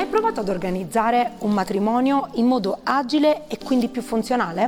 mai provato ad organizzare un matrimonio in modo agile e quindi più funzionale?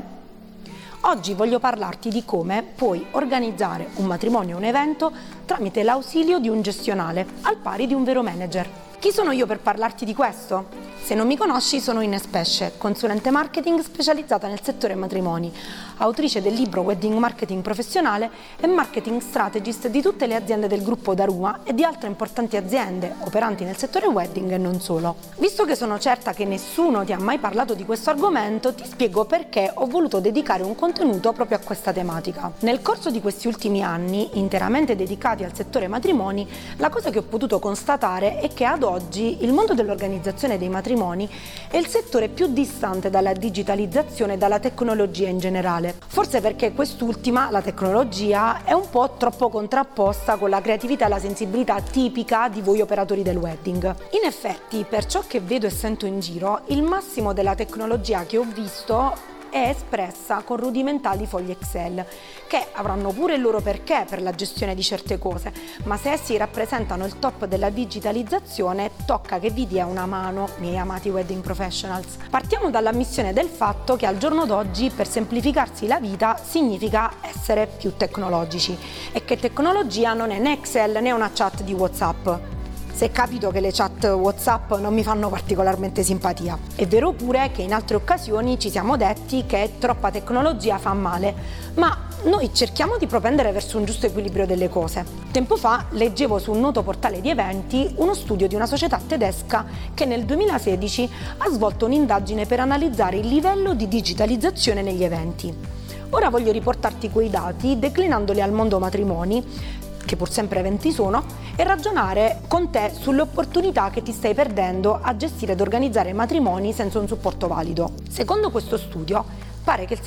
Oggi voglio parlarti di come puoi organizzare un matrimonio o un evento tramite l'ausilio di un gestionale, al pari di un vero manager. Chi sono io per parlarti di questo? Se non mi conosci, sono Ines Pesce, consulente marketing specializzata nel settore matrimoni, autrice del libro Wedding Marketing Professionale e marketing strategist di tutte le aziende del gruppo Daruma e di altre importanti aziende operanti nel settore wedding e non solo. Visto che sono certa che nessuno ti ha mai parlato di questo argomento, ti spiego perché ho voluto dedicare un contenuto proprio a questa tematica. Nel corso di questi ultimi anni, interamente dedicati al settore matrimoni, la cosa che ho potuto constatare è che ad oggi il mondo dell'organizzazione dei matrimoni è il settore più distante dalla digitalizzazione e dalla tecnologia in generale. Forse perché quest'ultima, la tecnologia, è un po' troppo contrapposta con la creatività e la sensibilità tipica di voi operatori del wedding. In effetti, per ciò che vedo e sento in giro, il massimo della tecnologia che ho visto è espressa con rudimentali fogli Excel, che avranno pure il loro perché per la gestione di certe cose, ma se essi rappresentano il top della digitalizzazione, tocca che vi dia una mano, miei amati wedding professionals. Partiamo dall'ammissione del fatto che al giorno d'oggi per semplificarsi la vita significa essere più tecnologici e che tecnologia non è né Excel né una chat di WhatsApp. Se capito che le chat WhatsApp non mi fanno particolarmente simpatia. È vero pure che in altre occasioni ci siamo detti che troppa tecnologia fa male, ma noi cerchiamo di propendere verso un giusto equilibrio delle cose. Tempo fa leggevo su un noto portale di eventi uno studio di una società tedesca che nel 2016 ha svolto un'indagine per analizzare il livello di digitalizzazione negli eventi. Ora voglio riportarti quei dati declinandoli al mondo matrimoni, che pur sempre eventi sono, e ragionare con te sulle opportunità che ti stai perdendo a gestire ed organizzare matrimoni senza un supporto valido. Secondo questo studio, pare che il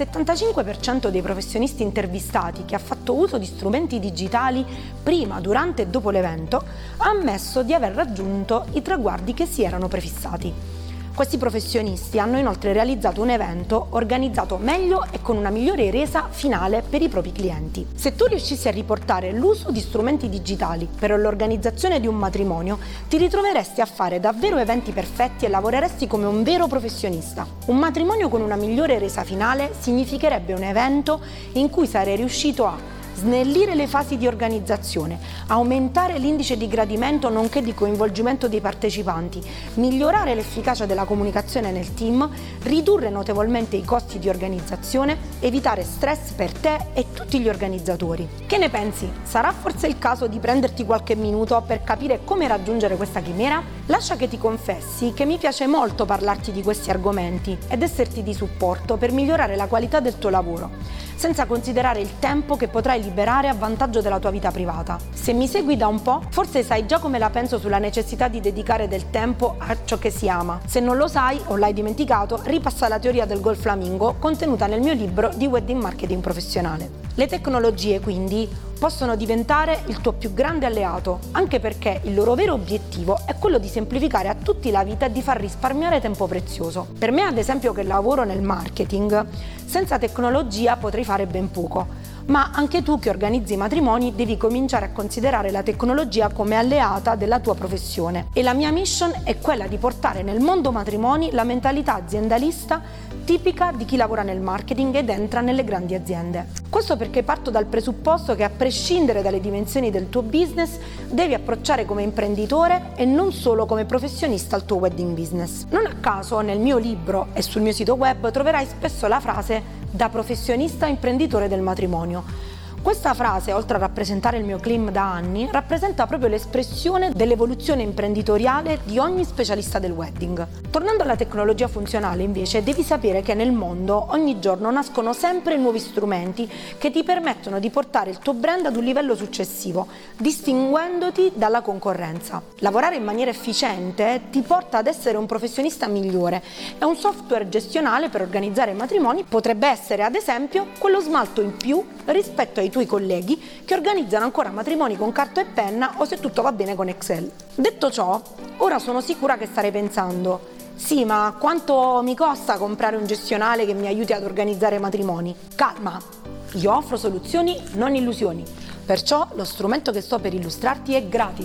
75% dei professionisti intervistati che ha fatto uso di strumenti digitali prima, durante e dopo l'evento ha ammesso di aver raggiunto i traguardi che si erano prefissati. Questi professionisti hanno inoltre realizzato un evento organizzato meglio e con una migliore resa finale per i propri clienti. Se tu riuscissi a riportare l'uso di strumenti digitali per l'organizzazione di un matrimonio, ti ritroveresti a fare davvero eventi perfetti e lavoreresti come un vero professionista. Un matrimonio con una migliore resa finale significherebbe un evento in cui sarei riuscito a snellire le fasi di organizzazione, aumentare l'indice di gradimento nonché di coinvolgimento dei partecipanti, migliorare l'efficacia della comunicazione nel team, ridurre notevolmente i costi di organizzazione, evitare stress per te e tutti gli organizzatori. Che ne pensi? Sarà forse il caso di prenderti qualche minuto per capire come raggiungere questa chimera? Lascia che ti confessi che mi piace molto parlarti di questi argomenti ed esserti di supporto per migliorare la qualità del tuo lavoro, senza considerare il tempo che potrai liberare a vantaggio della tua vita privata. Se mi segui da un po', forse sai già come la penso sulla necessità di dedicare del tempo a ciò che si ama. Se non lo sai o l'hai dimenticato, ripassa la teoria del Golf Flamingo contenuta nel mio libro di Wedding Marketing Professionale. Le tecnologie, quindi, possono diventare il tuo più grande alleato, anche perché il loro vero obiettivo è quello di semplificare a tutti la vita e di far risparmiare tempo prezioso. Per me, ad esempio, che lavoro nel marketing, senza tecnologia potrei fare ben poco. Ma anche tu che organizzi matrimoni devi cominciare a considerare la tecnologia come alleata della tua professione. E la mia mission è quella di portare nel mondo matrimoni la mentalità aziendalista tipica di chi lavora nel marketing ed entra nelle grandi aziende. Questo perché parto dal presupposto che a prescindere dalle dimensioni del tuo business devi approcciare come imprenditore e non solo come professionista al tuo wedding business. Non a caso nel mio libro e sul mio sito web troverai spesso la frase da professionista imprenditore del matrimonio. Questa frase, oltre a rappresentare il mio claim da anni, rappresenta proprio l'espressione dell'evoluzione imprenditoriale di ogni specialista del wedding. Tornando alla tecnologia funzionale, invece, devi sapere che nel mondo ogni giorno nascono sempre nuovi strumenti che ti permettono di portare il tuo brand ad un livello successivo, distinguendoti dalla concorrenza. Lavorare in maniera efficiente ti porta ad essere un professionista migliore e un software gestionale per organizzare matrimoni potrebbe essere, ad esempio, quello smalto in più rispetto ai tuoi colleghi che organizzano ancora matrimoni con carta e penna o se tutto va bene con Excel. Detto ciò, ora sono sicura che starei pensando: sì, ma quanto mi costa comprare un gestionale che mi aiuti ad organizzare matrimoni? Calma, io offro soluzioni, non illusioni. Perciò lo strumento che sto per illustrarti è gratis.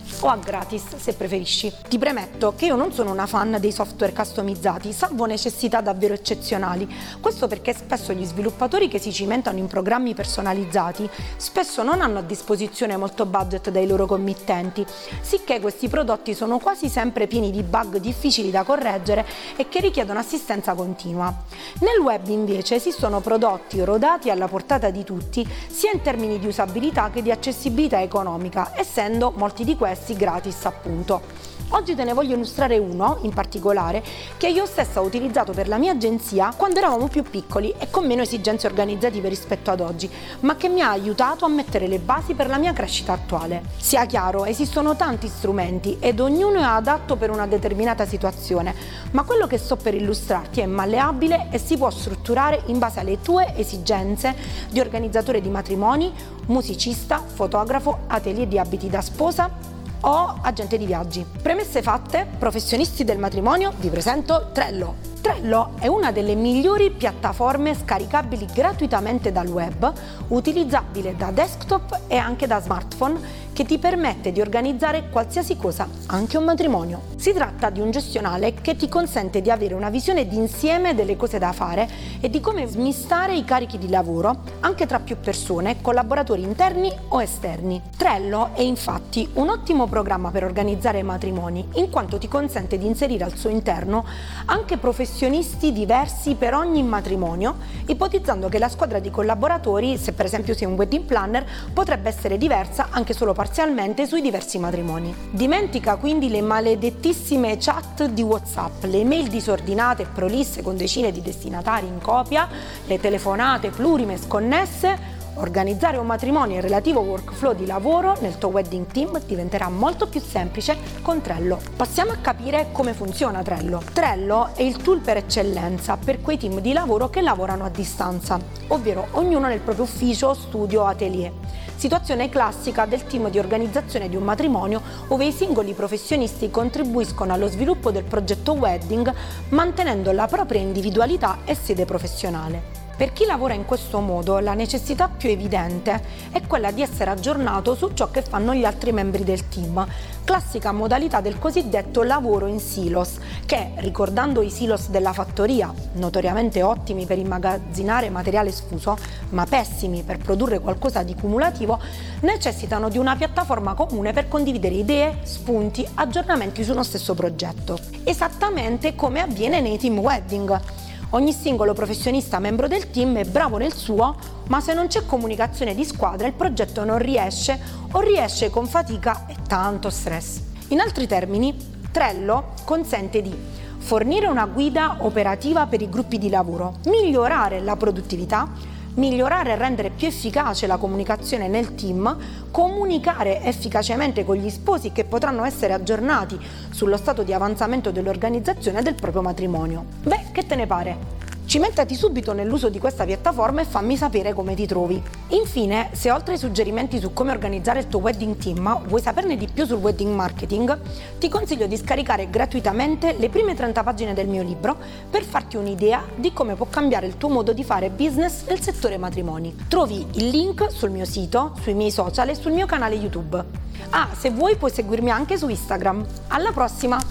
o a gratis se preferisci. Ti premetto che io non sono una fan dei software customizzati, salvo necessità davvero eccezionali. Questo perché spesso gli sviluppatori che si cimentano in programmi personalizzati spesso non hanno a disposizione molto budget dai loro committenti, sicché questi prodotti sono quasi sempre pieni di bug difficili da correggere e che richiedono assistenza continua. Nel web invece esistono prodotti rodati alla portata di tutti, sia in termini di usabilità che di accessibilità economica, essendo molti di questi gratis appunto. Oggi te ne voglio illustrare uno in particolare che io stessa ho utilizzato per la mia agenzia quando eravamo più piccoli e con meno esigenze organizzative rispetto ad oggi, ma che mi ha aiutato a mettere le basi per la mia crescita attuale. Sia chiaro, esistono tanti strumenti ed ognuno è adatto per una determinata situazione, ma quello che sto per illustrarti è malleabile e si può strutturare in base alle tue esigenze di organizzatore di matrimoni, musicista, fotografo, atelier di abiti da sposa o agente di viaggi. Premesse fatte, professionisti del matrimonio, vi presento Trello. Trello è una delle migliori piattaforme scaricabili gratuitamente dal web, utilizzabile da desktop e anche da smartphone, che ti permette di organizzare qualsiasi cosa, anche un matrimonio. Si tratta di un gestionale che ti consente di avere una visione d'insieme delle cose da fare e di come smistare i carichi di lavoro anche tra più persone, collaboratori interni o esterni. Trello è infatti un ottimo programma per organizzare matrimoni, in quanto ti consente di inserire al suo interno anche professionisti diversi per ogni matrimonio, ipotizzando che la squadra di collaboratori, se per esempio sei un wedding planner, potrebbe essere diversa anche solo parzialmente sui diversi matrimoni. Dimentica quindi le maledettissime chat di WhatsApp, le mail disordinate e prolisse con decine di destinatari in copia, le telefonate plurime sconnesse. Organizzare un matrimonio e il relativo workflow di lavoro nel tuo wedding team diventerà molto più semplice con Trello. Passiamo a capire come funziona Trello. Trello è il tool per eccellenza per quei team di lavoro che lavorano a distanza, ovvero ognuno nel proprio ufficio, studio o atelier. Situazione classica del team di organizzazione di un matrimonio, ove i singoli professionisti contribuiscono allo sviluppo del progetto wedding mantenendo la propria individualità e sede professionale. Per chi lavora in questo modo, la necessità più evidente è quella di essere aggiornato su ciò che fanno gli altri membri del team, classica modalità del cosiddetto lavoro in silos, che, ricordando i silos della fattoria, notoriamente ottimi per immagazzinare materiale sfuso, ma pessimi per produrre qualcosa di cumulativo, necessitano di una piattaforma comune per condividere idee, spunti, aggiornamenti su uno stesso progetto. Esattamente come avviene nei team wedding. Ogni singolo professionista membro del team è bravo nel suo, ma se non c'è comunicazione di squadra il progetto non riesce o riesce con fatica e tanto stress. In altri termini, Trello consente di fornire una guida operativa per i gruppi di lavoro, migliorare la produttività, migliorare e rendere più efficace la comunicazione nel team, comunicare efficacemente con gli sposi che potranno essere aggiornati sullo stato di avanzamento dell'organizzazione del proprio matrimonio. Beh, che te ne pare? Cimentati subito nell'uso di questa piattaforma e fammi sapere come ti trovi. Infine, se oltre ai suggerimenti su come organizzare il tuo wedding team, vuoi saperne di più sul wedding marketing, ti consiglio di scaricare gratuitamente le prime 30 pagine del mio libro per farti un'idea di come può cambiare il tuo modo di fare business nel settore matrimoni. Trovi il link sul mio sito, sui miei social e sul mio canale YouTube. Ah, se vuoi puoi seguirmi anche su Instagram. Alla prossima!